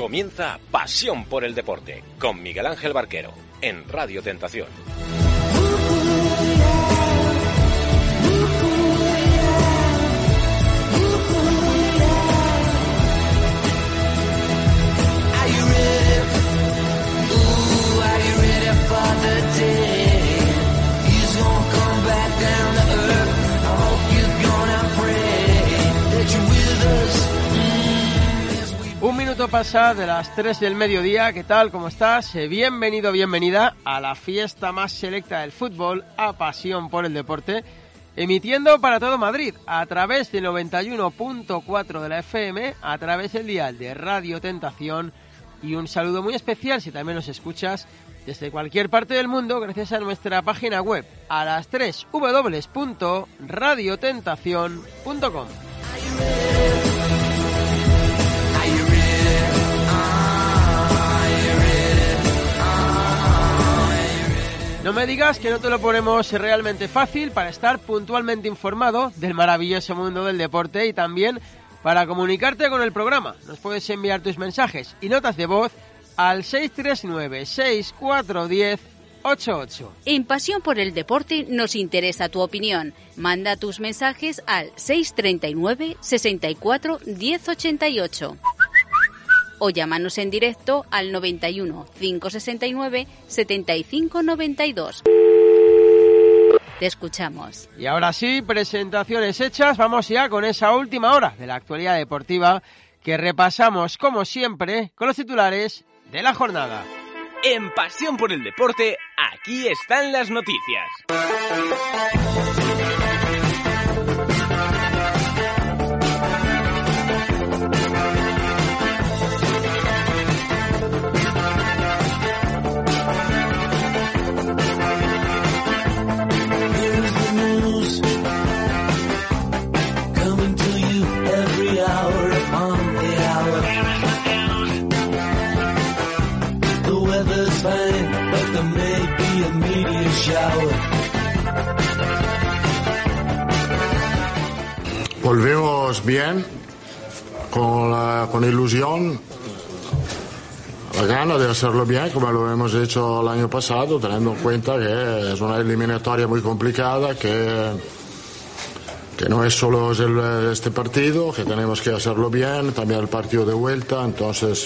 Comienza Pasión por el Deporte con Miguel Ángel Barquero en Radio Tentación. Un minuto pasa de las 3 del mediodía. ¿Qué tal? ¿Cómo estás? Bienvenido, bienvenida a la fiesta más selecta del fútbol, a Pasión por el Deporte, emitiendo para todo Madrid a través del 91.4 de la FM, a través del dial de Radio Tentación, y un saludo muy especial si también nos escuchas desde cualquier parte del mundo gracias a nuestra página web a las 3 www.radiotentacion.com. No me digas que no te lo ponemos realmente fácil para estar puntualmente informado del maravilloso mundo del deporte y también para comunicarte con el programa. Nos puedes enviar tus mensajes y notas de voz al 639-6410-88. En Pasión por el Deporte nos interesa tu opinión. Manda tus mensajes al 639-641088. O llámanos en directo al 91 569 7592. Te escuchamos. Y ahora sí, presentaciones hechas, vamos ya con esa última hora de la actualidad deportiva que repasamos, como siempre, con los titulares de la jornada. En Pasión por el Deporte, aquí están las noticias. Volvemos bien, con ilusión, la gana de hacerlo bien como lo hemos hecho el año pasado, teniendo en cuenta que es una eliminatoria muy complicada, que no es solo este partido, que tenemos que hacerlo bien, también el partido de vuelta, entonces,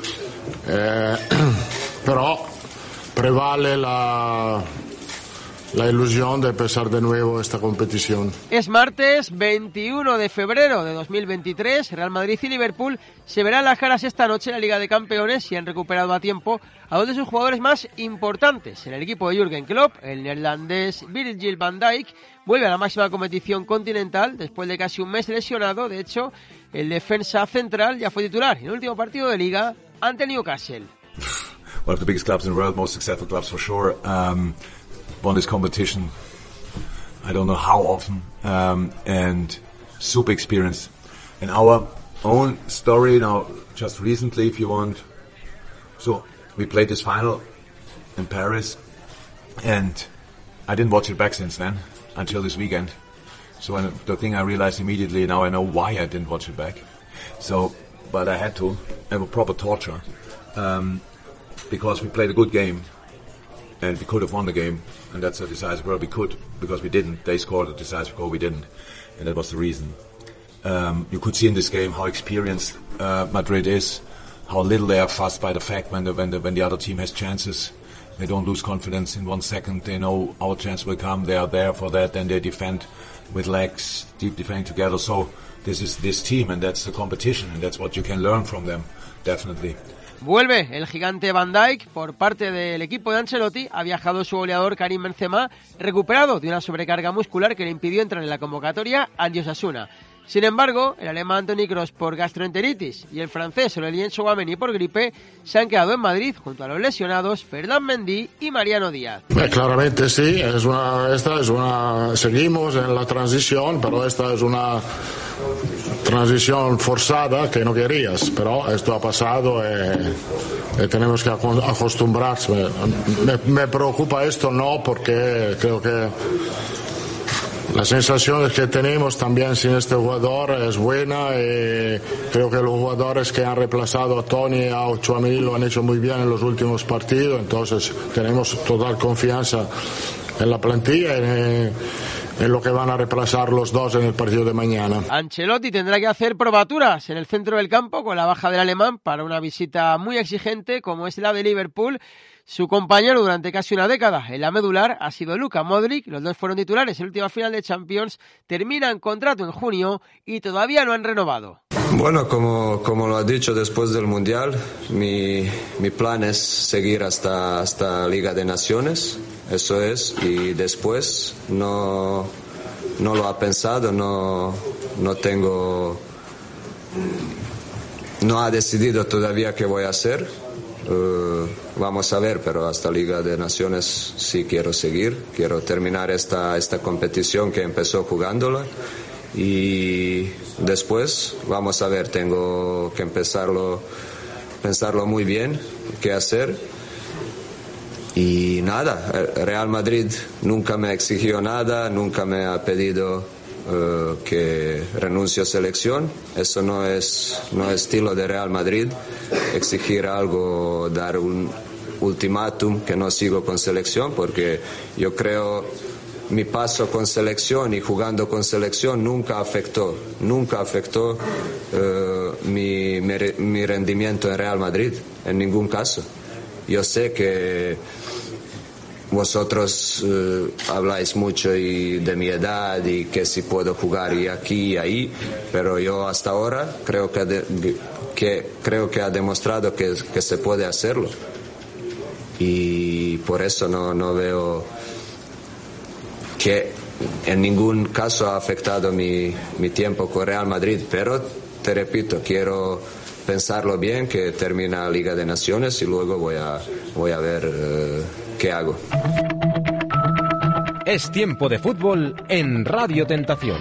pero prevale la ilusión de empezar de nuevo esta competición. Es martes 21 de febrero de 2023. Real Madrid y Liverpool se verán las caras esta noche en la Liga de Campeones y han recuperado a tiempo a dos de sus jugadores más importantes. En el equipo de Jürgen Klopp, el neerlandés Virgil van Dijk vuelve a la máxima competición continental después de casi un mes lesionado. De hecho, el defensa central ya fue titular en el último partido de Liga ante Newcastle. One of the biggest clubs in the world, most successful clubs for sure. Won this competition, I don't know how often, and super experience. And our own story now, just recently, if you want. So we played this final in Paris, and I didn't watch it back since then, until this weekend. So the thing I realized immediately, now I know why I didn't watch it back. So, but I had to. It was proper torture, because we played a good game. And we could have won the game, and that's a decisive goal. We could, because we didn't. They scored a decisive goal, we didn't, and that was the reason. You could see in this game how experienced Madrid is, how little they are fussed by the fact when the other team has chances. They don't lose confidence in 1 second. They know our chance will come. They are there for that. Then they defend with legs, deep defending together. So this is this team, and that's the competition, and that's what you can learn from them, definitely. Vuelve el gigante Van Dijk por parte del equipo de Ancelotti. Ha viajado su goleador Karim Benzema, recuperado de una sobrecarga muscular que le impidió entrar en la convocatoria ante Osasuna. Sin embargo, el alemán Toni Kroos por gastroenteritis y el francés Aurélien Tchouaméni por gripe se han quedado en Madrid junto a los lesionados Ferland Mendy y Mariano Díaz. Claramente sí, seguimos en la transición, pero esta es una transición forzada que no querías, pero esto ha pasado y tenemos que acostumbrarse. Me preocupa esto no, porque creo que Las sensaciones que tenemos también sin este jugador es buena. Creo que los jugadores que han reemplazado a Tony y a Tchouaméni lo han hecho muy bien en los últimos partidos, entonces tenemos total confianza en la plantilla, en lo que van a reemplazar los dos en el partido de mañana. Ancelotti tendrá que hacer probaturas en el centro del campo con la baja del alemán para una visita muy exigente como es la de Liverpool. Su compañero durante casi una década en la medular ha sido Luka Modric. Los dos fueron titulares en la última final de Champions. Terminan contrato en junio y todavía no han renovado. Bueno, como lo has dicho, después del Mundial, mi plan es seguir hasta Liga de Naciones, eso es, y después no lo ha pensado, no ha decidido todavía qué voy a hacer. Vamos a ver, pero hasta Liga de Naciones sí quiero seguir, quiero terminar esta competición que empezó jugándola. Y después vamos a ver, tengo que pensarlo muy bien qué hacer. Y nada, Real Madrid nunca me exigió nada, nunca me ha pedido que renuncie a selección. Eso no es estilo de Real Madrid, exigir algo, dar un ultimátum que no sigo con selección, porque yo creo mi paso con selección y jugando con selección nunca afectó mi rendimiento en Real Madrid, en ningún caso. Yo sé que vosotros habláis mucho de mi edad y que si puedo jugar y aquí y ahí, pero yo hasta ahora creo que ha demostrado que se puede hacerlo. Y por eso no veo que en ningún caso ha afectado mi tiempo con Real Madrid, pero te repito, quiero pensarlo bien, que termina Liga de Naciones y luego voy a ver qué hago. Es tiempo de fútbol en Radio Tentación.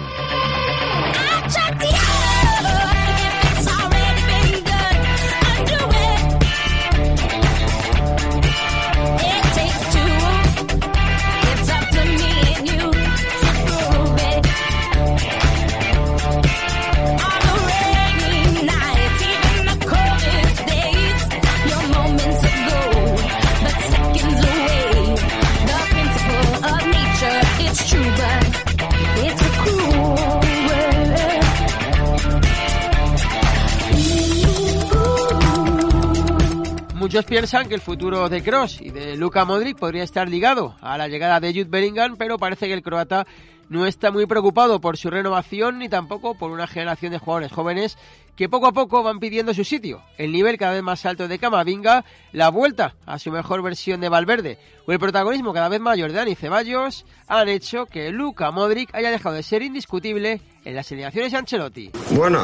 Muchos piensan que el futuro de Kroos y de Luka Modric podría estar ligado a la llegada de Jude Bellingham, pero parece que el croata no está muy preocupado por su renovación ni tampoco por una generación de jugadores jóvenes que poco a poco van pidiendo su sitio. El nivel cada vez más alto de Camavinga, la vuelta a su mejor versión de Valverde o el protagonismo cada vez mayor de Dani Ceballos han hecho que Luka Modric haya dejado de ser indiscutible en las alineaciones de Ancelotti. Bueno,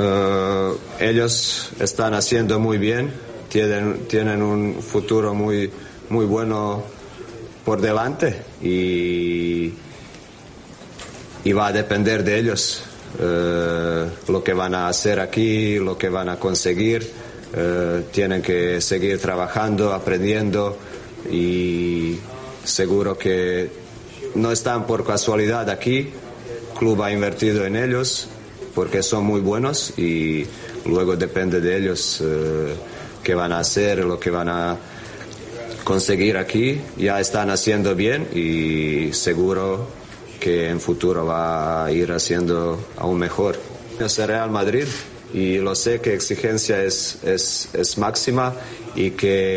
ellos están haciendo muy bien. Tienen un futuro muy bueno por delante y va a depender de ellos lo que van a hacer aquí, lo que van a conseguir. Tienen que seguir trabajando, aprendiendo y seguro que no están por casualidad aquí. El club ha invertido en ellos porque son muy buenos y luego depende de ellos qué van a hacer, lo que van a conseguir aquí. Ya están haciendo bien y seguro que en futuro va a ir haciendo aún mejor. Es el Real Madrid y lo sé que exigencia es máxima y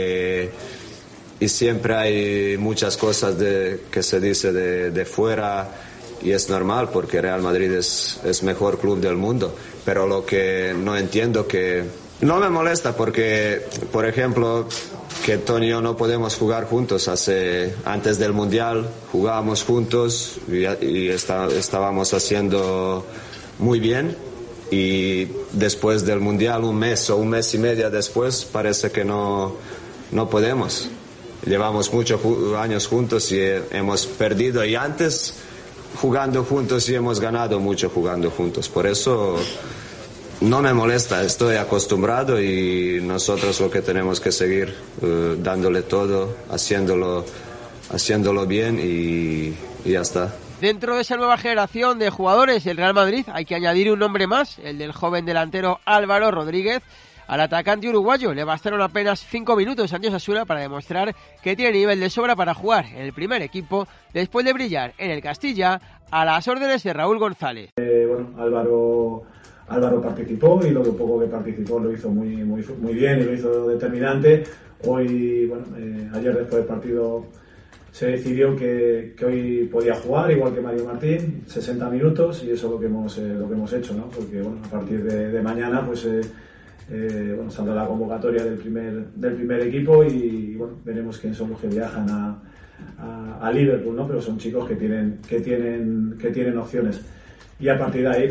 siempre hay muchas cosas que se dice de fuera y es normal porque Real Madrid es mejor club del mundo, pero lo que no entiendo que no me molesta porque, por ejemplo, que Tony y yo no podemos jugar juntos. Antes del Mundial jugábamos juntos y estábamos haciendo muy bien. Y después del Mundial, un mes o un mes y medio después, parece que no podemos. Llevamos muchos años juntos y hemos perdido. Y antes jugando juntos y hemos ganado mucho jugando juntos. Por eso no me molesta, estoy acostumbrado y nosotros lo que tenemos que seguir dándole todo, haciéndolo bien y ya está. Dentro de esa nueva generación de jugadores del Real Madrid hay que añadir un nombre más, el del joven delantero Álvaro Rodríguez. Al atacante uruguayo le bastaron apenas 5 minutos ante Osasuna para demostrar que tiene nivel de sobra para jugar en el primer equipo después de brillar en el Castilla a las órdenes de Raúl González. Álvaro participó y lo poco que participó lo hizo muy bien y lo hizo determinante. Hoy, ayer después del partido se decidió que hoy podía jugar igual que Mario Martín, 60 minutos, y eso es lo que hemos hecho, ¿no? Porque a partir de mañana pues saldrá la convocatoria del primer equipo y veremos quiénes son los que viajan a Liverpool, ¿no? Pero son chicos que tienen opciones. Y a partir de ahí,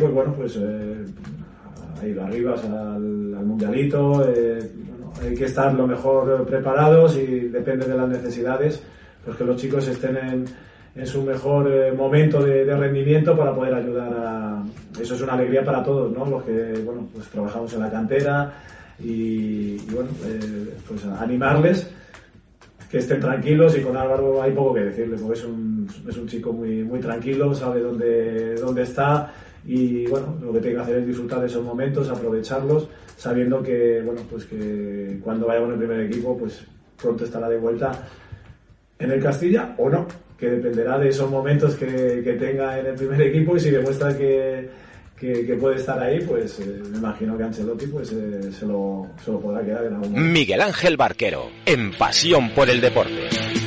a ir arriba al mundialito, hay que estar lo mejor preparados y depende de las necesidades, pues que los chicos estén en su mejor momento de rendimiento para poder ayudar eso es una alegría para todos, ¿no? Los que trabajamos en la cantera y animarles que estén tranquilos, y con Álvaro hay poco que decirle porque es un chico muy tranquilo, sabe dónde está y lo que tiene que hacer es disfrutar de esos momentos, aprovecharlos, sabiendo que que cuando vaya con el primer equipo pues pronto estará de vuelta en el Castilla o no, que dependerá de esos momentos que tenga en el primer equipo, y si demuestra que puede estar ahí, pues me imagino que Ancelotti se lo podrá quedar en algún momento. Miguel Ángel Barquero, en Pasión por el Deporte.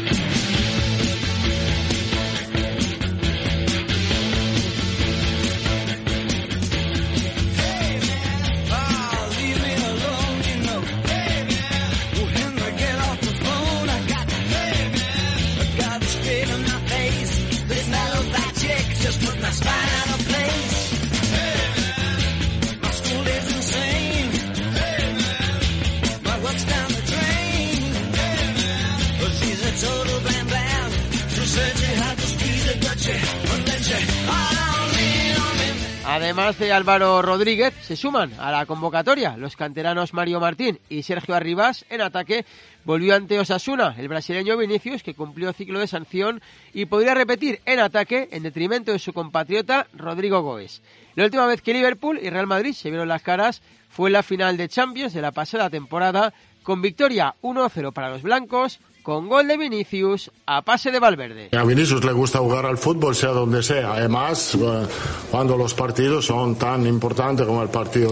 Además de Álvaro Rodríguez, se suman a la convocatoria los canteranos Mario Martín y Sergio Arribas. En ataque volvió ante Osasuna el brasileño Vinicius, que cumplió ciclo de sanción y podría repetir en ataque en detrimento de su compatriota Rodrigo Goes. La última vez que Liverpool y Real Madrid se vieron las caras fue en la final de Champions de la pasada temporada, con victoria 1-0 para los blancos, con gol de Vinicius a pase de Valverde. A Vinicius le gusta jugar al fútbol, sea donde sea. Además, cuando los partidos son tan importantes como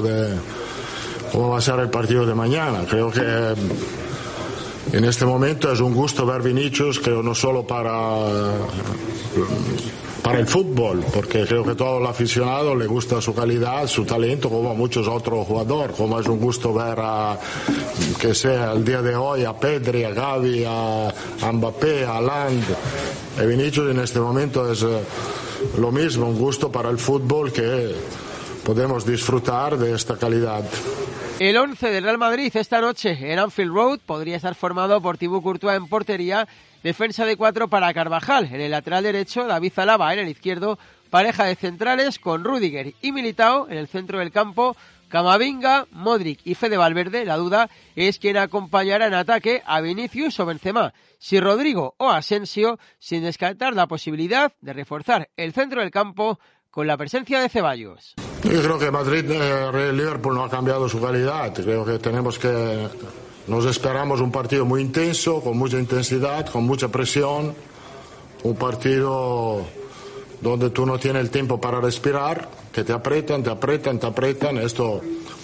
va a ser el partido de mañana. Creo que en este momento es un gusto ver Vinicius, creo no solo para el fútbol, porque creo que todo el aficionado le gusta su calidad, su talento, como a muchos otros jugadores, como es un gusto ver que sea el día de hoy a Pedri, a Gavi, a Mbappé, a Haaland. Vinicius en este momento es lo mismo, un gusto para el fútbol, que podemos disfrutar de esta calidad. El 11 del Real Madrid esta noche en Anfield Road podría estar formado por Thibaut Courtois en portería, defensa de 4 para Carvajal, en el lateral derecho David Alaba, en el izquierdo pareja de centrales con Rüdiger y Militao, en el centro del campo Camavinga, Modric y Fede Valverde. La duda es quién acompañará en ataque a Vinicius o Benzema, si Rodrigo o Asensio, sin descartar la posibilidad de reforzar el centro del campo con la presencia de Ceballos. Yo creo que Liverpool no ha cambiado su calidad. Creo que nos esperamos un partido muy intenso, con mucha intensidad, con mucha presión, un partido donde tú no tienes el tiempo para respirar, que te apretan, esto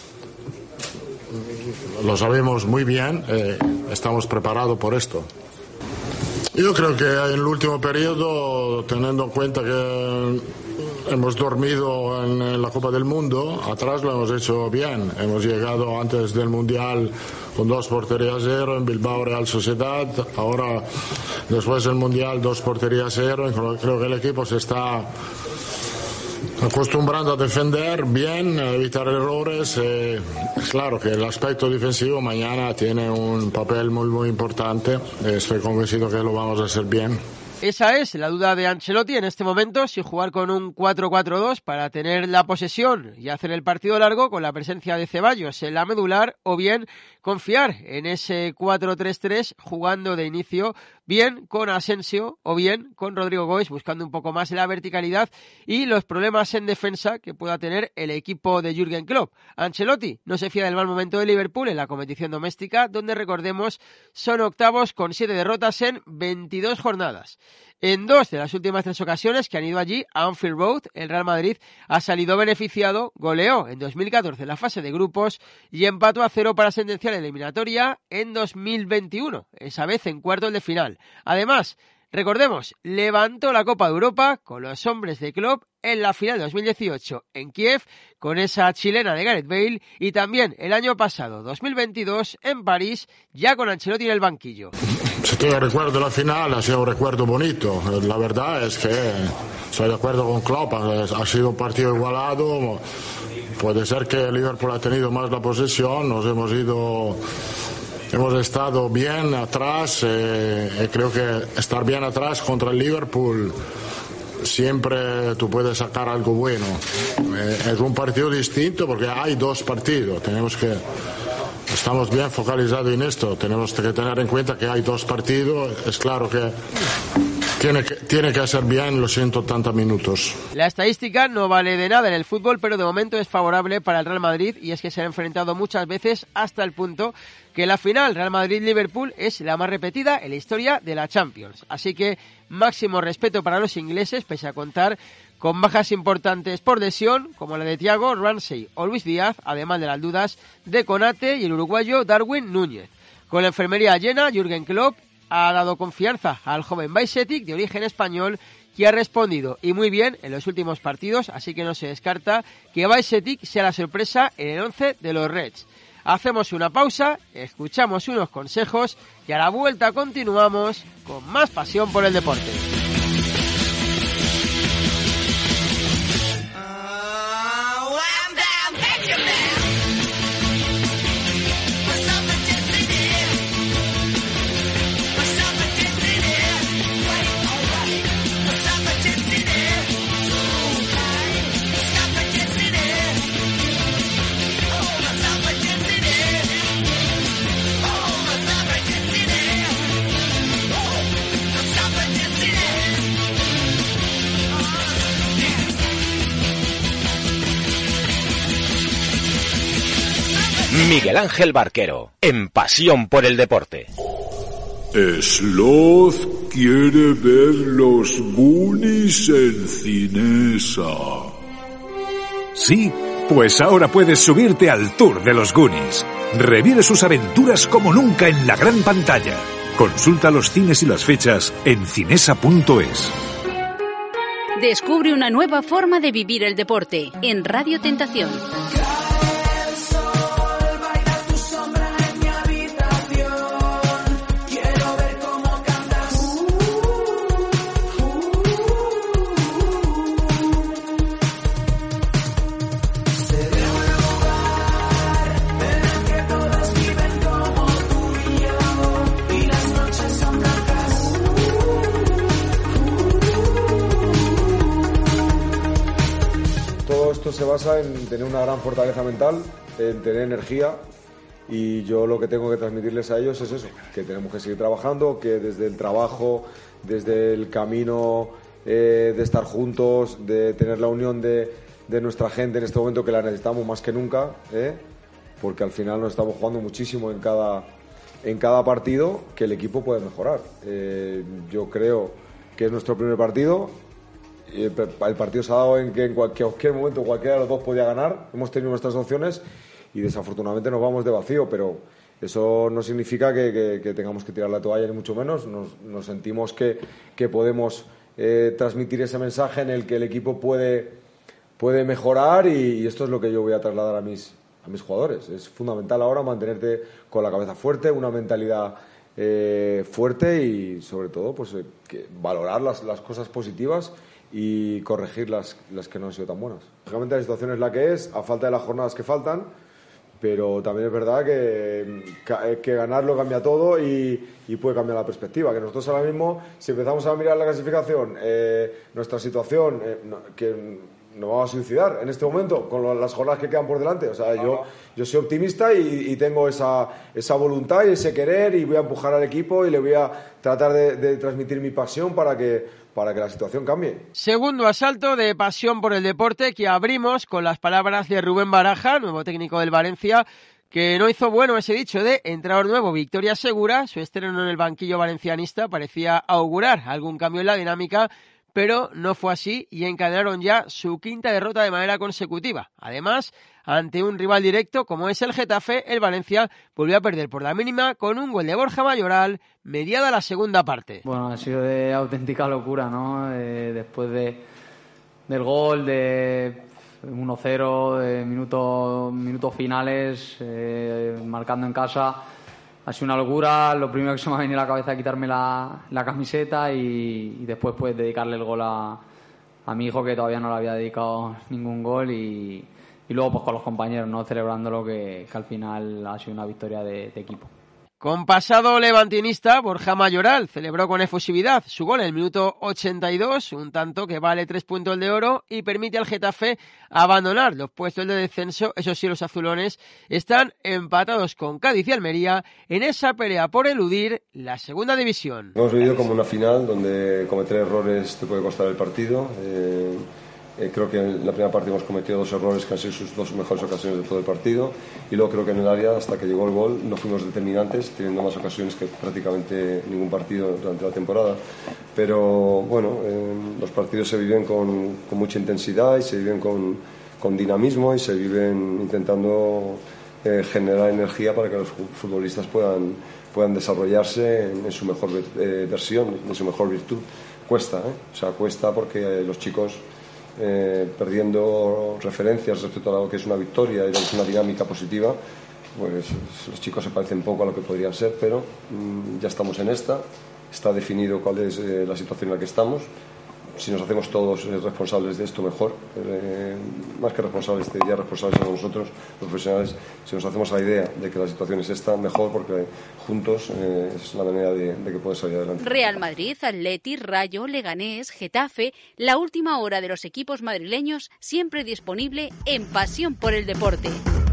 lo sabemos muy bien, estamos preparados por esto. Yo creo que en el último periodo, teniendo en cuenta que hemos dormido en la Copa del Mundo, atrás lo hemos hecho bien. Hemos llegado antes del Mundial con 2-0 en Bilbao Real Sociedad, ahora después del Mundial 2-0. Creo que el equipo se está acostumbrando a defender bien, a evitar errores. Claro que el aspecto defensivo mañana tiene un papel muy importante. Estoy convencido que lo vamos a hacer bien. Esa es la duda de Ancelotti en este momento, si jugar con un 4-4-2 para tener la posesión y hacer el partido largo con la presencia de Ceballos en la medular, o bien confiar en ese 4-3-3 jugando de inicio bien con Asensio o bien con Rodrigo Goes, buscando un poco más la verticalidad y los problemas en defensa que pueda tener el equipo de Jürgen Klopp. Ancelotti no se fía del mal momento de Liverpool en la competición doméstica, donde recordemos son octavos con 7 derrotas en 22 jornadas. En 2 de las últimas 3 ocasiones que han ido allí, a Anfield Road, el Real Madrid ha salido beneficiado, goleó en 2014 en la fase de grupos y empató a 0 para sentenciar la eliminatoria en 2021, esa vez en cuartos de final. Además, recordemos, levantó la Copa de Europa con los hombres de Klopp en la final de 2018 en Kiev, con esa chilena de Gareth Bale, y también el año pasado, 2022, en París, ya con Ancelotti en el banquillo. Si te recuerdo la final, ha sido un recuerdo bonito. La verdad es que estoy de acuerdo con Klopp, ha sido un partido igualado. Puede ser que Liverpool ha tenido más la posesión, hemos estado bien atrás, creo que estar bien atrás contra el Liverpool siempre tú puedes sacar algo bueno. Es un partido distinto porque hay 2 partidos, estamos bien focalizados en esto, tenemos que tener en cuenta que hay 2 partidos, es claro que tiene que hacer bien los 180 minutos. La estadística no vale de nada en el fútbol, pero de momento es favorable para el Real Madrid, y es que se han enfrentado muchas veces hasta el punto que la final Real Madrid-Liverpool es la más repetida en la historia de la Champions. Así que máximo respeto para los ingleses, pese a contar con bajas importantes por lesión, como la de Thiago, Ramsey o Luis Díaz, además de las dudas de Konate y el uruguayo Darwin Núñez. Con la enfermería llena, Jürgen Klopp ha dado confianza al joven Bajcetic, de origen español, que ha respondido y muy bien en los últimos partidos, así que no se descarta que Bajcetic sea la sorpresa en el 11 de los Reds. Hacemos una pausa, escuchamos unos consejos y a la vuelta continuamos con más pasión por el deporte. Miguel Ángel Barquero, en Pasión por el Deporte. Sloth quiere ver los Goonies en Cinesa. Sí, pues ahora puedes subirte al tour de los Goonies. Revive sus aventuras como nunca en la gran pantalla. Consulta los cines y las fechas en cinesa.es. Descubre una nueva forma de vivir el deporte en Radio Tentación. Se basa en tener una gran fortaleza mental, en tener energía, y yo lo que tengo que transmitirles a ellos es eso, que tenemos que seguir trabajando, que desde el trabajo, desde el camino de estar juntos, de tener la unión de nuestra gente en este momento, que la necesitamos más que nunca, porque al final nos estamos jugando muchísimo en cada partido, que el equipo puede mejorar. Yo creo que es nuestro primer partido. El partido se ha dado en que en cualquier momento cualquiera de los dos podía ganar. Hemos tenido nuestras opciones y desafortunadamente nos vamos de vacío, pero eso no significa que tengamos que tirar la toalla, ni mucho menos. Nos sentimos que podemos transmitir ese mensaje en el que el equipo puede mejorar, y esto es lo que yo voy a trasladar a mis jugadores. Es fundamental ahora mantenerte con la cabeza fuerte, una mentalidad fuerte, y sobre todo pues valorar las cosas positivas y corregir las que no han sido tan buenas. Lógicamente la situación es la que es, a falta de las jornadas que faltan, pero también es verdad que ganarlo cambia todo y puede cambiar la perspectiva. Que nosotros ahora mismo, si empezamos a mirar la clasificación, nuestra situación, que nos vamos a suicidar en este momento con las jornadas que quedan por delante. O sea, yo soy optimista y tengo esa voluntad y ese querer, y voy a empujar al equipo y le voy a tratar de transmitir mi pasión para que la situación cambie. Segundo asalto de pasión por el deporte, que abrimos con las palabras de Rubén Baraja, nuevo técnico del Valencia, que no hizo bueno ese dicho de entrenador nuevo, victoria segura. Su estreno en el banquillo valencianista parecía augurar algún cambio en la dinámica, pero no fue así y encadenaron ya su quinta derrota de manera consecutiva. Además, ante un rival directo como es el Getafe, el Valencia volvió a perder por la mínima con un gol de Borja Mayoral mediada la segunda parte. Bueno, ha sido de auténtica locura, ¿no? Después del gol de 1-0, de minutos finales, marcando en casa. Ha sido una locura. Lo primero que se me ha venido a la cabeza es quitarme la camiseta y después pues dedicarle el gol a mi hijo, que todavía no le había dedicado ningún gol, y luego pues con los compañeros, ¿no? Celebrándolo, que al final ha sido una victoria de equipo. Con pasado levantinista, Borja Mayoral celebró con efusividad su gol en el minuto 82, un tanto que vale 3 puntos de oro y permite al Getafe abandonar los puestos de descenso. Eso sí, los azulones están empatados con Cádiz y Almería en esa pelea por eludir la segunda división. Hemos vivido como una final donde cometer errores te puede costar el partido. Creo que en la primera parte hemos cometido 2 errores que han sido sus 2 mejores ocasiones de todo el partido, y luego creo que en el área, hasta que llegó el gol, no fuimos determinantes, teniendo más ocasiones que prácticamente ningún partido durante la temporada. Pero bueno, los partidos se viven con mucha intensidad y se viven con dinamismo, y se viven intentando generar energía para que los futbolistas puedan desarrollarse en su mejor versión, en su mejor virtud. Cuesta, o sea, cuesta porque los chicos, perdiendo referencias respecto a lo que es una victoria y lo que es una dinámica positiva, pues los chicos se parecen poco a lo que podrían ser, pero ya estamos en esta, está definido cuál es la situación en la que estamos. Si nos hacemos todos responsables de esto, mejor. Más que responsables, te diría responsables somos nosotros, los profesionales. Si nos hacemos la idea de que la situación es esta, mejor, porque juntos es la manera de que puedes salir adelante. Real Madrid, Atleti, Rayo, Leganés, Getafe, la última hora de los equipos madrileños, siempre disponible en Pasión por el Deporte.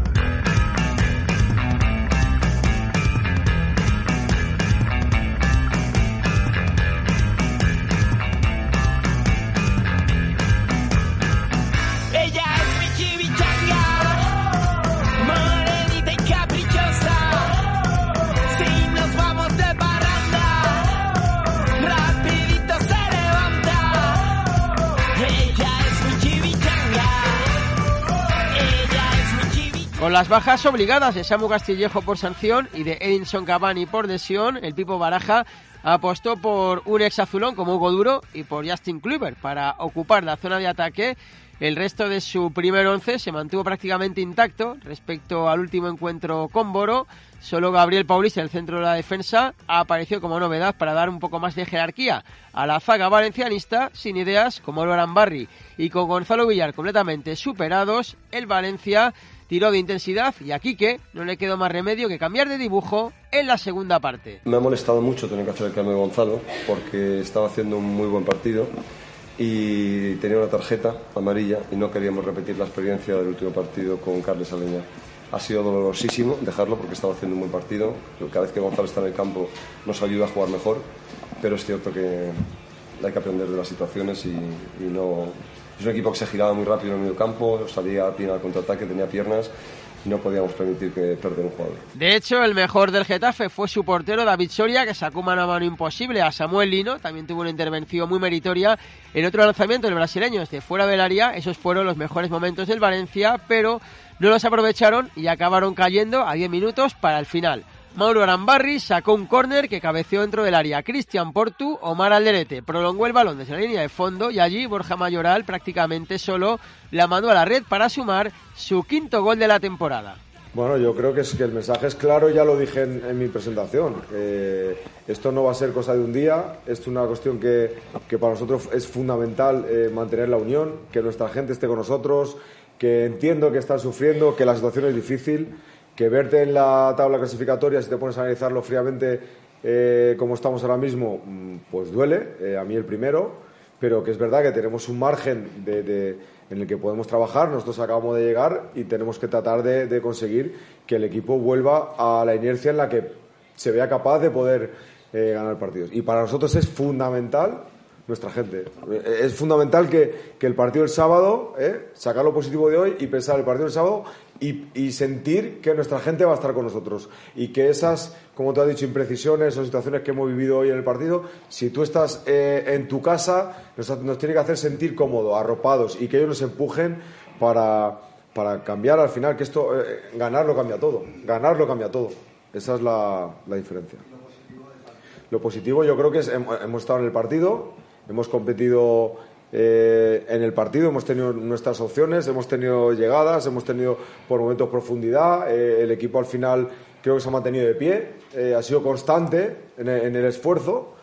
Con las bajas obligadas de Samu Castillejo por sanción y de Edinson Cavani por lesión, el Pipo Baraja apostó por un ex-azulón como Hugo Duro y por Justin Kluivert para ocupar la zona de ataque. El resto de su primer once se mantuvo prácticamente intacto respecto al último encuentro con Boro. Solo Gabriel Paulista, en el centro de la defensa, apareció como novedad para dar un poco más de jerarquía a la zaga valencianista, sin ideas como Loran Barry y con Gonzalo Villar completamente superados. El Valencia tiró de intensidad y a Quique no le quedó más remedio que cambiar de dibujo en la segunda parte. Me ha molestado mucho tener que hacer el cambio de Gonzalo, porque estaba haciendo un muy buen partido y tenía una tarjeta amarilla y no queríamos repetir la experiencia del último partido con Carles Aleñá. Ha sido dolorosísimo dejarlo porque estaba haciendo un buen partido. Cada vez que Gonzalo está en el campo nos ayuda a jugar mejor, pero es cierto que hay que aprender de las situaciones y no... Es un equipo que se giraba muy rápido en el medio campo, salía bien al contraataque, tenía piernas y no podíamos permitir que perder un jugador. De hecho, el mejor del Getafe fue su portero David Soria, que sacó mano a mano imposible a Samuel Lino. También tuvo una intervención muy meritoria en otro lanzamiento del brasileño desde fuera del área. Esos fueron los mejores momentos del Valencia, pero no los aprovecharon y acabaron cayendo a 10 minutos para el final. Mauro Arambarri sacó un córner que cabeceó dentro del área. Cristian Portu, Omar Alderete prolongó el balón desde la línea de fondo y allí Borja Mayoral prácticamente solo la mandó a la red para sumar su quinto gol de la temporada. Bueno, yo creo que el mensaje es claro, ya lo dije en mi presentación. Esto no va a ser cosa de un día, esto es una cuestión que para nosotros es fundamental, mantener la unión, que nuestra gente esté con nosotros, que entiendo que están sufriendo, que la situación es difícil, que verte en la tabla clasificatoria, si te pones a analizarlo fríamente como estamos ahora mismo, pues duele, a mí el primero, pero que es verdad que tenemos un margen en el que podemos trabajar. Nosotros acabamos de llegar y tenemos que tratar de conseguir que el equipo vuelva a la inercia en la que se vea capaz de poder ganar partidos. Y para nosotros es fundamental nuestra gente. Es fundamental que el partido del sábado, sacar lo positivo de hoy y pensar el partido del sábado y sentir que nuestra gente va a estar con nosotros. Y que esas, como tú has dicho, imprecisiones o situaciones que hemos vivido hoy en el partido, si tú estás en tu casa, nos tiene que hacer sentir cómodos, arropados, y que ellos nos empujen para cambiar al final, que esto, ganar lo cambia todo. Ganar lo cambia todo. Esa es la diferencia. Lo positivo yo creo que es, hemos estado en el partido, hemos competido en el partido, hemos tenido nuestras opciones, hemos tenido llegadas, hemos tenido por momentos profundidad, el equipo al final creo que se ha mantenido de pie, ha sido constante en el esfuerzo,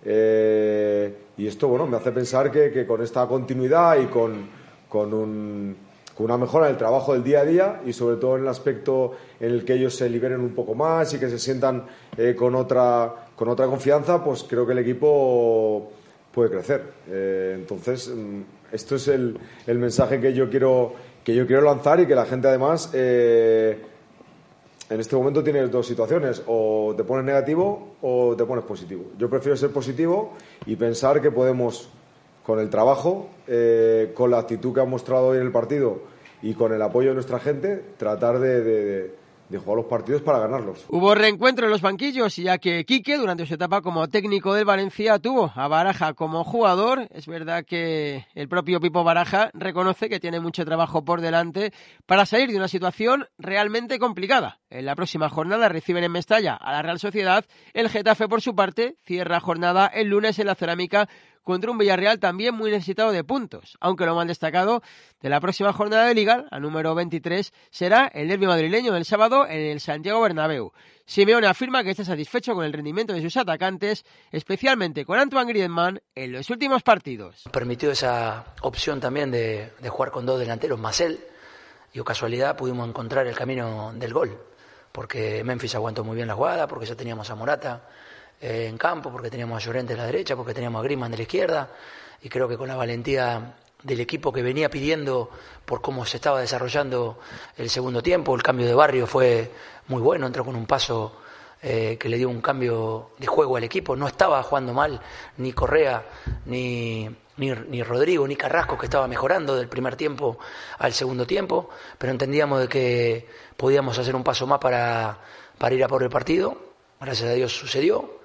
y esto bueno me hace pensar que con esta continuidad y con una mejora en el trabajo del día a día, y sobre todo en el aspecto en el que ellos se liberen un poco más y que se sientan con otra confianza, pues creo que el equipo puede crecer. Entonces esto es el mensaje que yo quiero lanzar, y que la gente además en este momento tiene dos situaciones: o te pones negativo o te pones positivo. Yo prefiero ser positivo y pensar que podemos, con el trabajo, con la actitud que han mostrado hoy en el partido y con el apoyo de nuestra gente, tratar de jugar los partidos para ganarlos. Hubo reencuentro en los banquillos, ya que Quique, durante su etapa como técnico del Valencia, tuvo a Baraja como jugador. Es verdad que el propio Pipo Baraja reconoce que tiene mucho trabajo por delante para salir de una situación realmente complicada. En la próxima jornada reciben en Mestalla a la Real Sociedad. El Getafe, por su parte, cierra jornada el lunes en la Cerámica contra un Villarreal también muy necesitado de puntos, aunque lo más destacado de la próxima jornada de Liga, la número 23, será el derbi madrileño del sábado en el Santiago Bernabéu. Simeone afirma que está satisfecho con el rendimiento de sus atacantes, especialmente con Antoine Griezmann en los últimos partidos. Permitió esa opción también de jugar con dos delanteros más él, y o casualidad pudimos encontrar el camino del gol, porque Memphis aguantó muy bien la jugada, porque ya teníamos a Morata en campo, porque teníamos a Llorente a la derecha, porque teníamos a Griezmann de la izquierda, y creo que con la valentía del equipo que venía pidiendo por cómo se estaba desarrollando el segundo tiempo, el cambio de Barrio fue muy bueno, entró con un paso que le dio un cambio de juego al equipo. No estaba jugando mal ni Correa, ni Rodrigo, ni Carrasco, que estaba mejorando del primer tiempo al segundo tiempo, pero entendíamos de que podíamos hacer un paso más para ir a por el partido. Gracias a Dios sucedió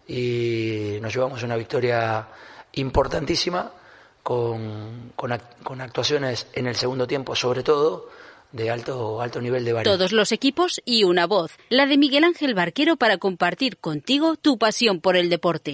y nos llevamos una victoria importantísima con actuaciones en el segundo tiempo, sobre todo de alto nivel de variedad. Todos los equipos y una voz, la de Miguel Ángel Barquero, para compartir contigo tu pasión por el deporte.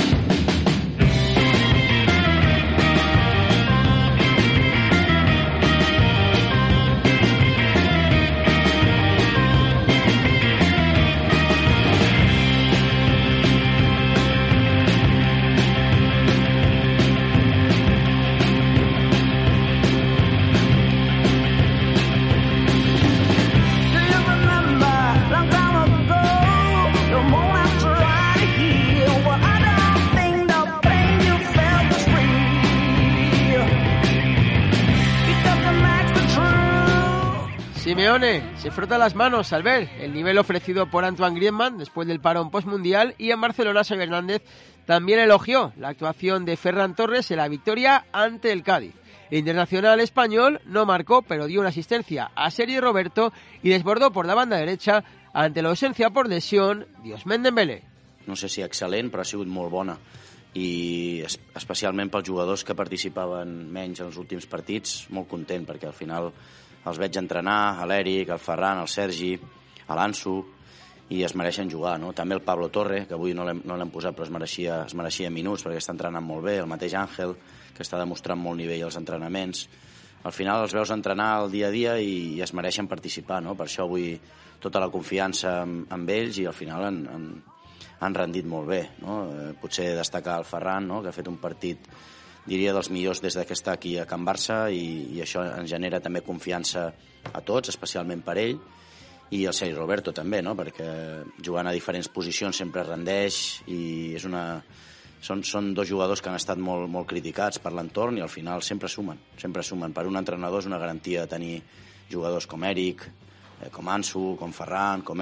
Simeone se frota las manos al ver el nivel ofrecido por Antoine Griezmann después del parón postmundial, y en Barcelona Xavi Hernández también elogió la actuación de Ferran Torres en la victoria ante el Cádiz. El internacional español no marcó, pero dio una asistencia a Sergi Roberto y desbordó por la banda derecha ante la ausencia por lesión d'Ousmane Dembélé. No sé si excel·lent, però ha sigut molt bona, i especialment pels jugadors que participaven menys en els últims partits, molt content, perquè al final els veig entrenar, a l'Eric, al Ferran, al Sergi, a l'Ansu, i es mereixen jugar, no? També el Pablo Torre, que avui no l'hem posat, però es mereixia minuts perquè està entrenant molt bé, el mateix Àngel, que està demostrant molt nivell als entrenaments. Al final els veus entrenar el dia a dia i es mereixen participar, no? Per això avui tota la confiança amb ells, i al final han rendit molt bé, no? Potser destacar el Ferran, no? Que ha fet un partit, diria, dels millors des que està aquí a Can Barça, i això ens genera també confiança a tots, especialment per ell, i el Sergi Roberto també, no? Perquè jugant a diferents posicions sempre rendeix, i és són dos jugadors que han estat molt criticats per l'entorn i al final sempre sumen. Per un entrenador és una garantia de tenir jugadors com Eric, com Ansu, com Ferran, com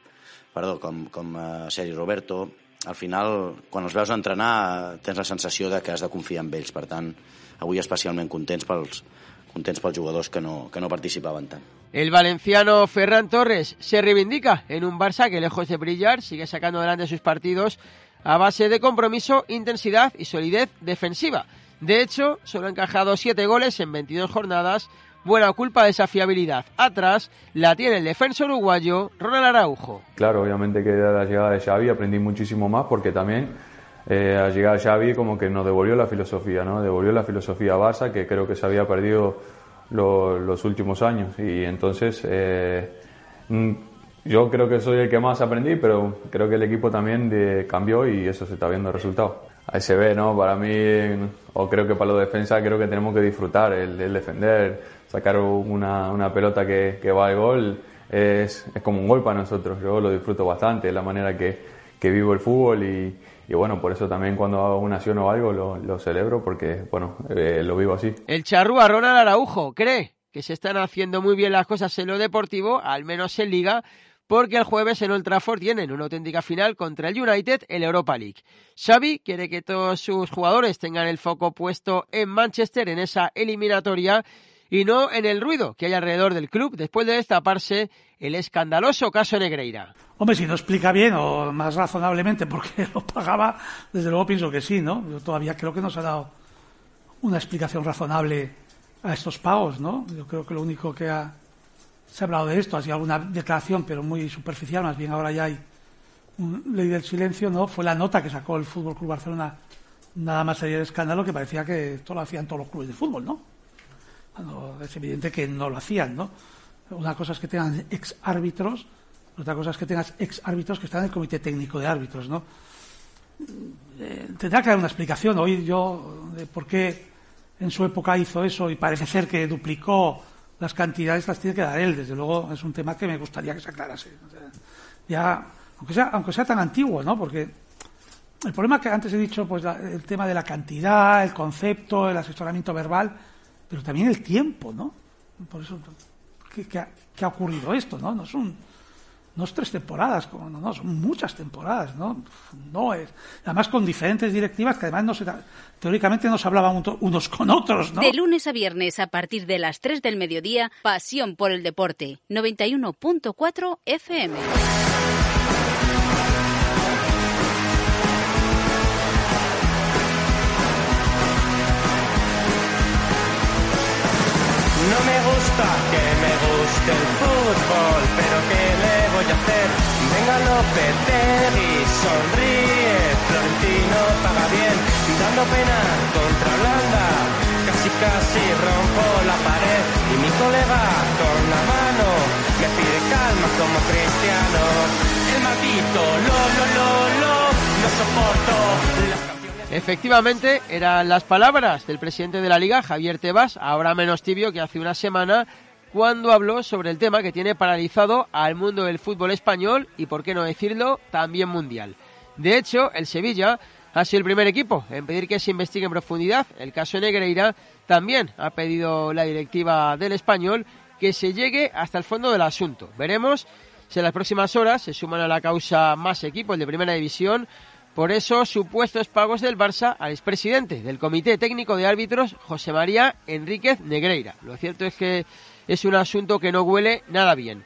Sergi Roberto. Al final, quan els veus entrenar, tens la sensació de que has de confiar en ells. Per tant, avui especialment contents pels jugadors que no participaven tant. El valenciano Ferran Torres se reivindica en un Barça que, lejos de brillar, sigue sacando adelante sus partidos a base de compromiso, intensidad y solidez defensiva. De hecho, solo ha encajado 7 goles en 22 jornadas, buena culpa de esa fiabilidad. Atrás la tiene el defensor uruguayo Ronald Araujo. Claro, obviamente que de la llegada de Xavi aprendí muchísimo más, porque también al llegar Xavi como que nos devolvió la filosofía, ¿no? Devolvió la filosofía a Barça, que creo que se había perdido los últimos años. Y entonces yo creo que soy el que más aprendí, pero creo que el equipo también cambió y eso se está viendo el resultado. Ahí se ve, ¿no? Para mí, o creo que para los defensas, creo que tenemos que disfrutar el defender, sacar una pelota que va al gol, es como un gol para nosotros. Yo lo disfruto bastante, es la manera que vivo el fútbol y bueno, por eso también cuando hago una acción o algo lo celebro, porque bueno, lo vivo así. El charrúa Ronald Araujo cree que se están haciendo muy bien las cosas en lo deportivo, al menos en Liga, porque el jueves en Old Trafford tienen una auténtica final contra el United en la Europa League. Xavi quiere que todos sus jugadores tengan el foco puesto en Manchester, en esa eliminatoria, y no en el ruido que hay alrededor del club después de destaparse el escandaloso caso Negreira. Hombre, si no explica bien o más razonablemente por qué lo pagaba, desde luego pienso que sí, ¿no? Yo todavía creo que no se ha dado una explicación razonable a estos pagos, ¿no? Yo creo que lo único que se ha hablado de esto ha sido alguna declaración, pero muy superficial, más bien ahora ya hay ley del silencio, ¿no? Fue la nota que sacó el Fútbol Club Barcelona, nada más sería de escándalo, que parecía que esto lo hacían todos los clubes de fútbol, ¿no? Cuando es evidente que no lo hacían, ¿no? Una cosa es que tengan ex-árbitros, otra cosa es que tengas ex-árbitros que están en el comité técnico de árbitros, ¿no? Tendrá que dar una explicación, oír yo, de por qué en su época hizo eso y parece ser que duplicó las cantidades, las tiene que dar él. Desde luego es un tema que me gustaría que se aclarase. O sea, ya, aunque sea tan antiguo, ¿no? Porque el problema que antes he dicho, pues el tema de la cantidad, el concepto, el asesoramiento verbal, pero también el tiempo, ¿no? Por eso, ¿qué ha ocurrido esto, no? No es 3 temporadas, no, son muchas temporadas, ¿no? No es. Además con diferentes directivas que además teóricamente no se hablaban unos con otros, ¿no? De lunes a viernes a partir de las 3 del mediodía, Pasión por el Deporte, 91.4 FM. No me gusta que me guste el fútbol, pero ¿qué le voy a hacer? Venga Lopetegui, sonríe, Florentino paga bien, dando pena contra Holanda, casi rompo la pared, y mi colega con la mano me pide calma como Cristiano. El maldito no soporto las canciones. Efectivamente, eran las palabras del presidente de la Liga, Javier Tebas, ahora menos tibio que hace una semana, cuando habló sobre el tema que tiene paralizado al mundo del fútbol español y, por qué no decirlo, también mundial. De hecho, el Sevilla ha sido el primer equipo en pedir que se investigue en profundidad el caso Negreira. También ha pedido la directiva del Español que se llegue hasta el fondo del asunto. Veremos si en las próximas horas se suman a la causa más equipos de Primera División por esos supuestos pagos del Barça al expresidente del Comité Técnico de Árbitros, José María Enríquez Negreira. Lo cierto es que es un asunto que no huele nada bien.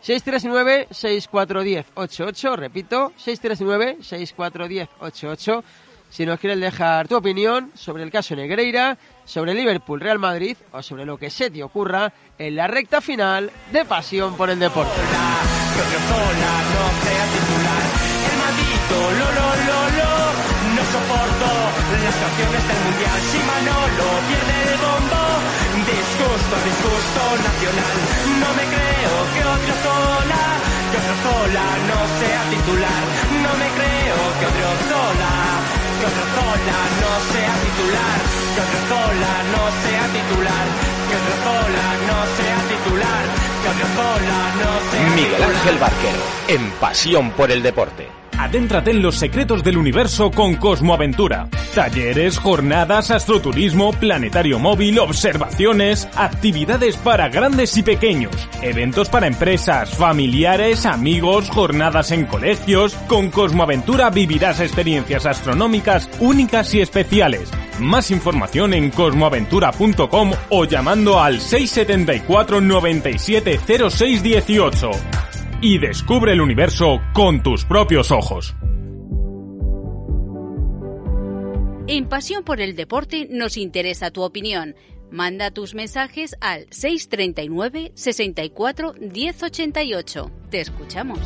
639-6410-88, repito, 639-6410-88. Si nos quieres dejar tu opinión sobre el caso Negreira, sobre Liverpool-Real Madrid o sobre lo que se te ocurra en la recta final de Pasión por el Deporte. No soporto las canciones del mundial. Si Manolo pierde el bombo, disgusto nacional. No me creo que Odriozola no sea titular. No me creo que Odriozola no sea titular. Que Odriozola no sea titular. Que Odriozola no sea titular. Que Odriozola no sea titular. Miguel Ángel Barquero, en Pasión por el Deporte. Adéntrate en los secretos del universo con Cosmoaventura. Talleres, jornadas, astroturismo, planetario móvil, observaciones, actividades para grandes y pequeños, eventos para empresas, familiares, amigos, jornadas en colegios. Con Cosmoaventura vivirás experiencias astronómicas únicas y especiales. Más información en cosmoaventura.com o llamando al 674 97 06 18. Y descubre el universo con tus propios ojos. En Pasión por el Deporte nos interesa tu opinión. Manda tus mensajes al 639 64 1088. Te escuchamos.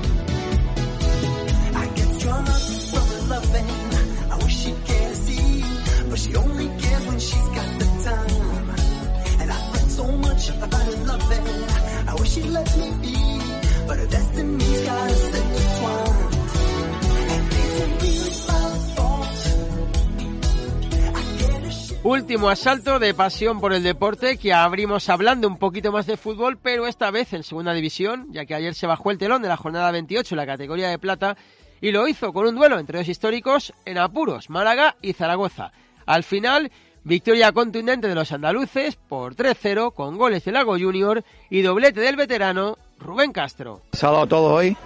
Último asalto de Pasión por el Deporte, que abrimos hablando un poquito más de fútbol, pero esta vez en segunda división, ya que ayer se bajó el telón de la jornada 28 en la categoría de plata y lo hizo con un duelo entre dos históricos en apuros, Málaga y Zaragoza. Al final, victoria contundente de los andaluces por 3-0 con goles de Lago Junior y doblete del veterano Rubén Castro. Se ha dado todo hoy,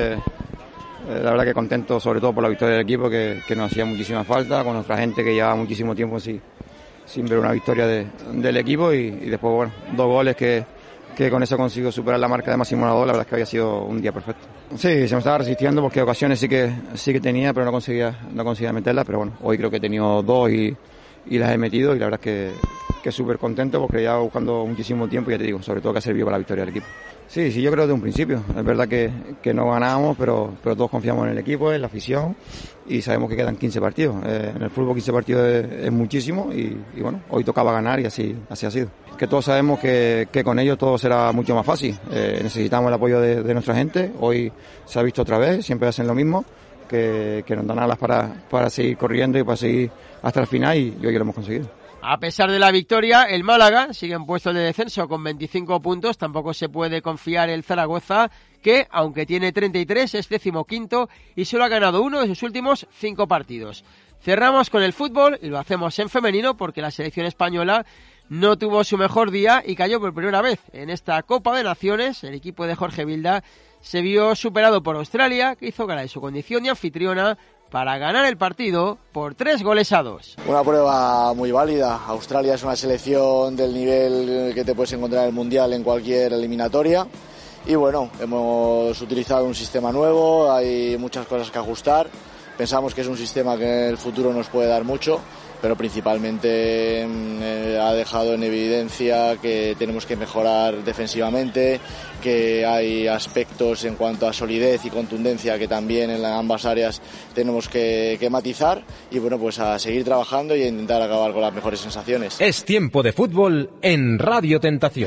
la verdad que contento sobre todo por la victoria del equipo que nos hacía muchísima falta, con nuestra gente que llevaba muchísimo tiempo sin ver una victoria del equipo y después, bueno, 2 goles que con eso consigo superar la marca de máximo ganador. La verdad es que había sido un día perfecto. Sí, se me estaba resistiendo porque ocasiones sí que tenía, pero no conseguía meterlas, pero bueno, hoy creo que he tenido 2 y las he metido y la verdad es que súper contento porque llevaba buscando muchísimo tiempo y ya te digo, sobre todo que ha servido para la victoria del equipo. Sí, yo creo desde un principio. Es verdad que no ganamos, pero todos confiamos en el equipo, en la afición y sabemos que quedan 15 partidos. En el fútbol 15 partidos es muchísimo y bueno, hoy tocaba ganar y así ha sido. Que todos sabemos que con ellos todo será mucho más fácil. Necesitamos el apoyo de nuestra gente. Hoy se ha visto otra vez, siempre hacen lo mismo, que nos dan alas para seguir corriendo y para seguir hasta el final y hoy lo hemos conseguido. A pesar de la victoria, el Málaga sigue en puestos de descenso con 25 puntos. Tampoco se puede confiar el Zaragoza, que, aunque tiene 33, es 15º y solo ha ganado uno de sus últimos 5 partidos. Cerramos con el fútbol y lo hacemos en femenino porque la selección española no tuvo su mejor día y cayó por primera vez en esta Copa de Naciones. El equipo de Jorge Vilda se vio superado por Australia, que hizo gala de su condición de anfitriona para ganar el partido por 3-2. Una prueba muy válida. Australia es una selección del nivel que te puedes encontrar en el Mundial en cualquier eliminatoria. Y bueno, hemos utilizado un sistema nuevo, hay muchas cosas que ajustar. Pensamos que es un sistema que en el futuro nos puede dar mucho, pero principalmente ha dejado en evidencia que tenemos que mejorar defensivamente, que hay aspectos en cuanto a solidez y contundencia que también en ambas áreas tenemos que matizar y bueno, pues a seguir trabajando y a intentar acabar con las mejores sensaciones. Es tiempo de fútbol en Radio Tentación.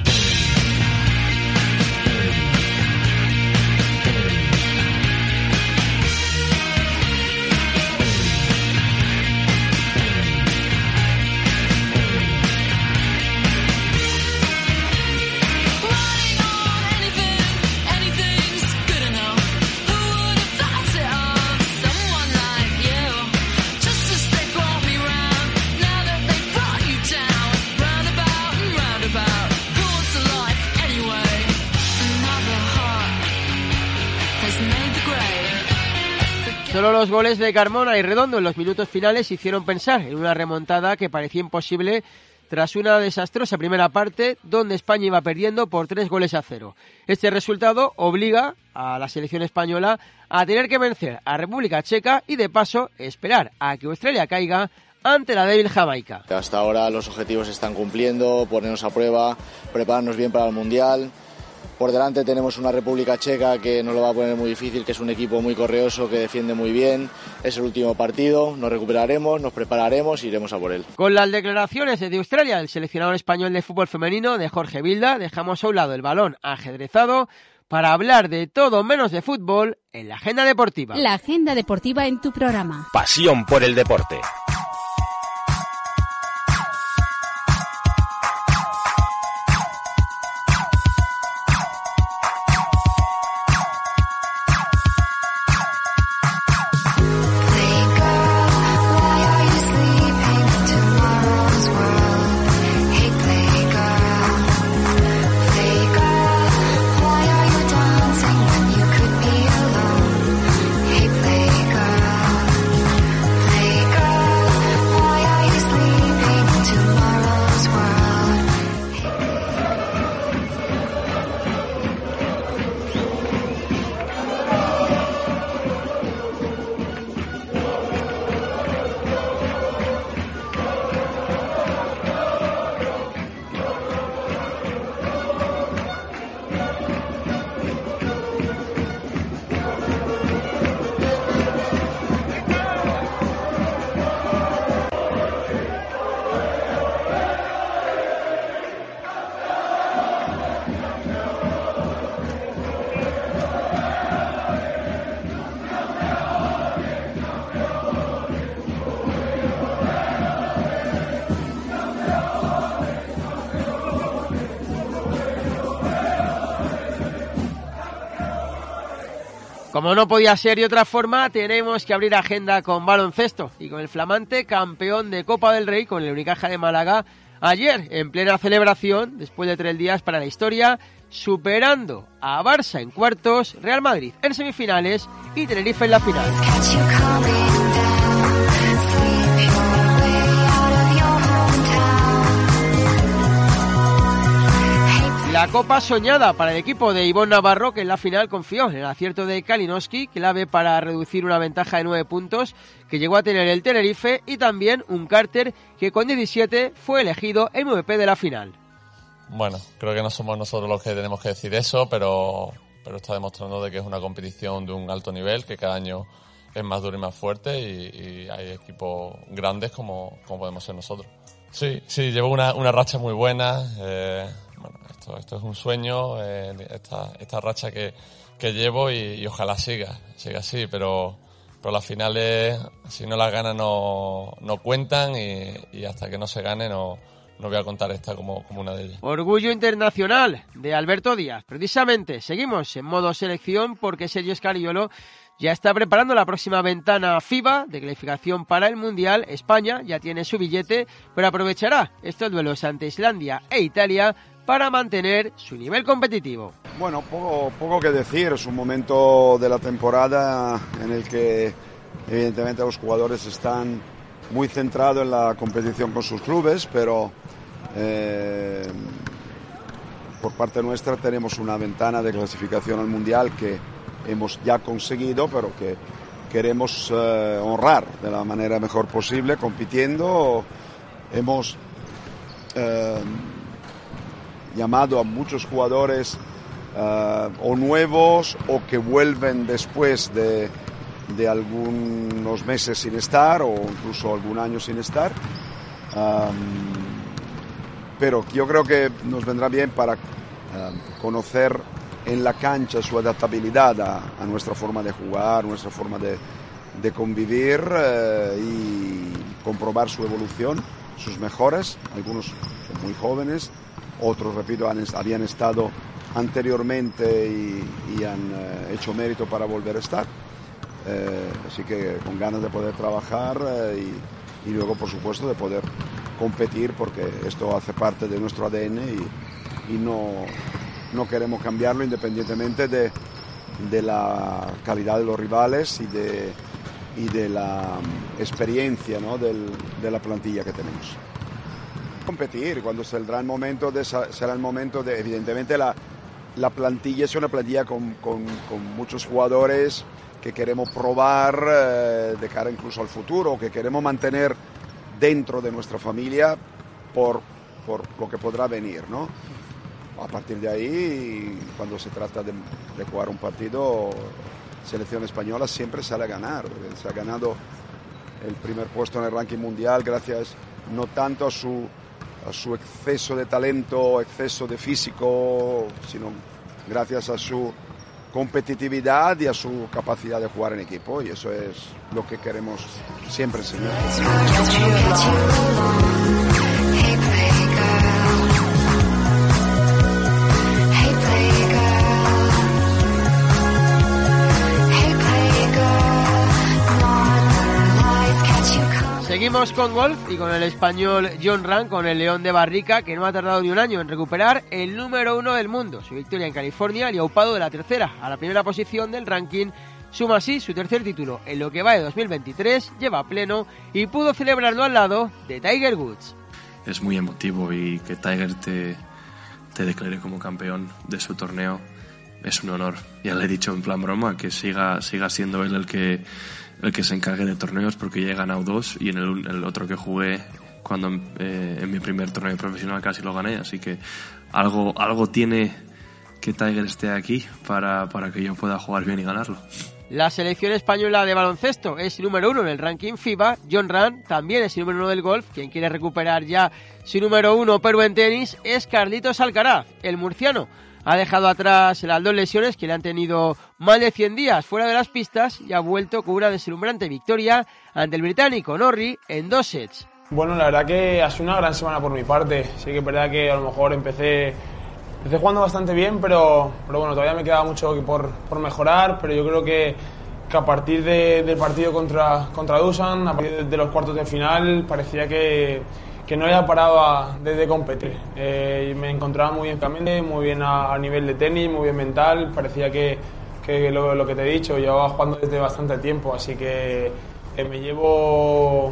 Solo los goles de Carmona y Redondo en los minutos finales hicieron pensar en una remontada que parecía imposible tras una desastrosa primera parte donde España iba perdiendo por 3-0. Este resultado obliga a la selección española a tener que vencer a República Checa y de paso esperar a que Australia caiga ante la débil Jamaica. Hasta ahora los objetivos se están cumpliendo, ponernos a prueba, prepararnos bien para el Mundial. Por delante tenemos una República Checa que nos lo va a poner muy difícil, que es un equipo muy correoso, que defiende muy bien. Es el último partido, nos recuperaremos, nos prepararemos y iremos a por él. Con las declaraciones de Australia del seleccionador español de fútbol femenino, de Jorge Vilda, dejamos a un lado el balón ajedrezado para hablar de todo menos de fútbol en la agenda deportiva. La agenda deportiva en tu programa. Pasión por el deporte. Como no podía ser de otra forma, tenemos que abrir agenda con baloncesto y con el flamante campeón de Copa del Rey, con el Unicaja de Málaga, ayer en plena celebración, después de 3 días para la historia, superando a Barça en cuartos, Real Madrid en semifinales y Tenerife en la final. La copa soñada para el equipo de Ivonne Navarro, que en la final confió en el acierto de Kalinowski, clave para reducir una ventaja de 9 puntos que llegó a tener el Tenerife, y también un Carter que con 17 fue elegido MVP de la final. Bueno, creo que no somos nosotros los que tenemos que decir eso, pero está demostrando de que es una competición de un alto nivel, que cada año es más duro y más fuerte, y hay equipos grandes como podemos ser nosotros. Sí, llevo una racha muy buena. Esto es un sueño, esta racha que llevo, y ojalá siga así, pero las finales, si no las ganas, no cuentan, y hasta que no se gane no voy a contar esta como una de ellas. Orgullo internacional de Alberto Díaz. Precisamente seguimos en modo selección porque Sergio Scariolo ya está preparando la próxima ventana FIBA de clasificación para el Mundial. España ya tiene su billete, pero aprovechará estos duelos ante Islandia e Italia para mantener su nivel competitivo. Bueno, poco que decir. Es un momento de la temporada en el que evidentemente los jugadores están muy centrados en la competición con sus clubes, pero por parte nuestra tenemos una ventana de clasificación al Mundial que hemos ya conseguido, pero que queremos honrar de la manera mejor posible, compitiendo. Hemos llamado a muchos jugadores o nuevos o que vuelven después de algunos meses sin estar, o incluso algún año sin estar, pero yo creo que nos vendrá bien para conocer en la cancha su adaptabilidad a nuestra forma de jugar, nuestra forma de convivir, y comprobar su evolución, sus mejores. Algunos son muy jóvenes, otros, repito, habían estado anteriormente y han hecho mérito para volver a estar. Así que con ganas de poder trabajar y luego, por supuesto, de poder competir, porque esto hace parte de nuestro ADN y no queremos cambiarlo, independientemente de la calidad de los rivales y de la experiencia, ¿no?, de la plantilla que tenemos. Competir, cuando será el momento de evidentemente la plantilla es una plantilla con muchos jugadores que queremos probar de cara incluso al futuro, que queremos mantener dentro de nuestra familia por lo que podrá venir, ¿no? A partir de ahí, cuando se trata de jugar un partido, selección española siempre sale a ganar. Se ha ganado el primer puesto en el ranking mundial gracias no tanto a su exceso de talento, exceso de físico, sino gracias a su competitividad y a su capacidad de jugar en equipo, y eso es lo que queremos siempre enseñar. Seguimos con golf y con el español Jon Rahm, con el León de Barrica, que no ha tardado ni un año en recuperar el número 1 del mundo. Su victoria en California le ha upado de la tercera a la primera posición del ranking. Suma así su tercer título en lo que va de 2023, lleva pleno y pudo celebrarlo al lado de Tiger Woods. Es muy emotivo, y que Tiger te declare como campeón de su torneo es un honor. Ya le he dicho en plan broma que siga siendo él el que se encargue de torneos, porque ya he ganado 2, y en el otro que jugué cuando en mi primer torneo profesional casi lo gané, así que algo tiene que Tiger esté aquí para que yo pueda jugar bien y ganarlo. La selección española de baloncesto es número 1 en el ranking FIBA. Jon Rahm también es número 1 del golf. Quien quiere recuperar ya su número 1, pero en tenis, es Carlitos Alcaraz, el murciano. Ha dejado atrás las 2 lesiones que le han tenido más de 100 días fuera de las pistas y ha vuelto con una deslumbrante victoria ante el británico Norrie en 2 sets. Bueno, la verdad que ha sido una gran semana por mi parte. Sí que es verdad que a lo mejor empecé Empecé jugando bastante bien, pero bueno, todavía me queda mucho por mejorar, pero yo creo que a partir del partido contra Dusan, a partir de los cuartos de final, parecía que no había parado de competir. Me encontraba muy bien físicamente, muy bien a nivel de tenis, muy bien mental. Parecía que lo que te he dicho, llevaba jugando desde bastante tiempo, así que me llevo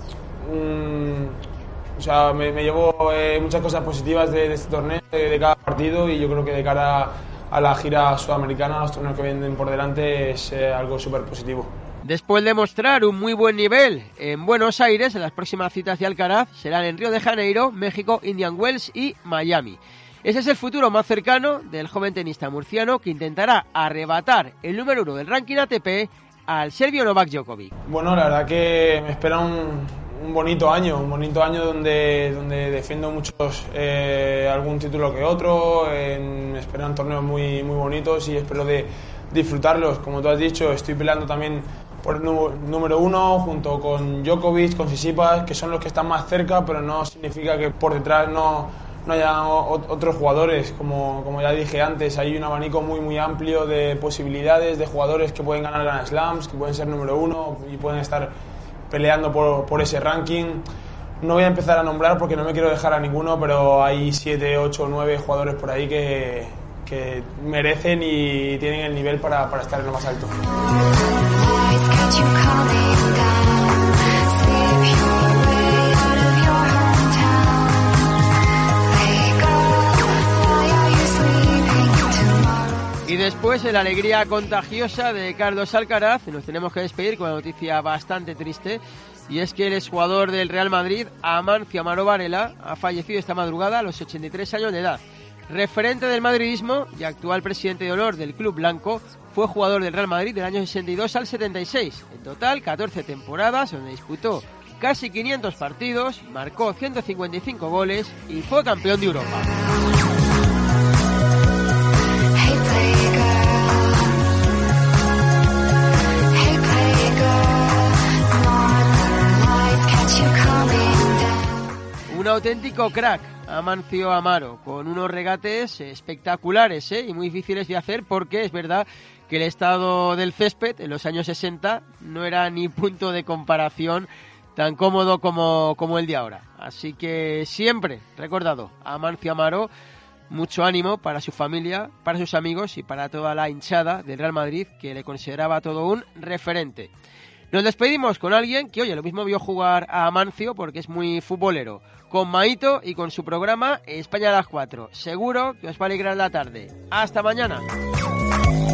me llevo muchas cosas positivas de este torneo, de cada partido, y yo creo que de cara a la gira sudamericana, a los torneos que vienen por delante, es algo súper positivo. Después de mostrar un muy buen nivel en Buenos Aires, en las próximas citas de Alcaraz serán en Río de Janeiro, México, Indian Wells y Miami. Ese es el futuro más cercano del joven tenista murciano, que intentará arrebatar el número 1 del ranking ATP al serbio Novak Djokovic. Bueno, la verdad que me espera un bonito año donde defiendo muchos algún título que otro. Me esperan torneos muy bonitos y espero de disfrutarlos. Como tú has dicho, estoy peleando también por el número 1 junto con Djokovic, con Tsitsipas, que son los que están más cerca, pero no significa que por detrás no haya otros jugadores. Como ya dije antes, hay un abanico muy amplio de posibilidades, de jugadores que pueden ganar Grand Slams, que pueden ser número 1 y pueden estar peleando por ese ranking. No voy a empezar a nombrar porque no me quiero dejar a ninguno, pero hay 7, 8, 9 jugadores por ahí que merecen y tienen el nivel para estar en lo más alto. Y después, en la alegría contagiosa de Carlos Alcaraz, nos tenemos que despedir con una noticia bastante triste, y es que el exjugador del Real Madrid, Amancio Amaro Varela, ha fallecido esta madrugada a los 83 años de edad. Referente del madridismo y actual presidente de honor del club blanco, fue jugador del Real Madrid del año 62 al 76. En total, 14 temporadas, donde disputó casi 500 partidos, marcó 155 goles y fue campeón de Europa. Un auténtico crack, Amancio Amaro, con unos regates espectaculares y muy difíciles de hacer, porque es verdad que el estado del césped en los años 60 no era ni punto de comparación tan cómodo como el de ahora. Así que siempre recordado a Amancio Amaro, mucho ánimo para su familia, para sus amigos y para toda la hinchada del Real Madrid, que le consideraba todo un referente. Nos despedimos con alguien que, oye, lo mismo vio jugar a Amancio porque es muy futbolero, con Maito y con su programa España a las 4. Seguro que os va a alegrar la tarde. ¡Hasta mañana!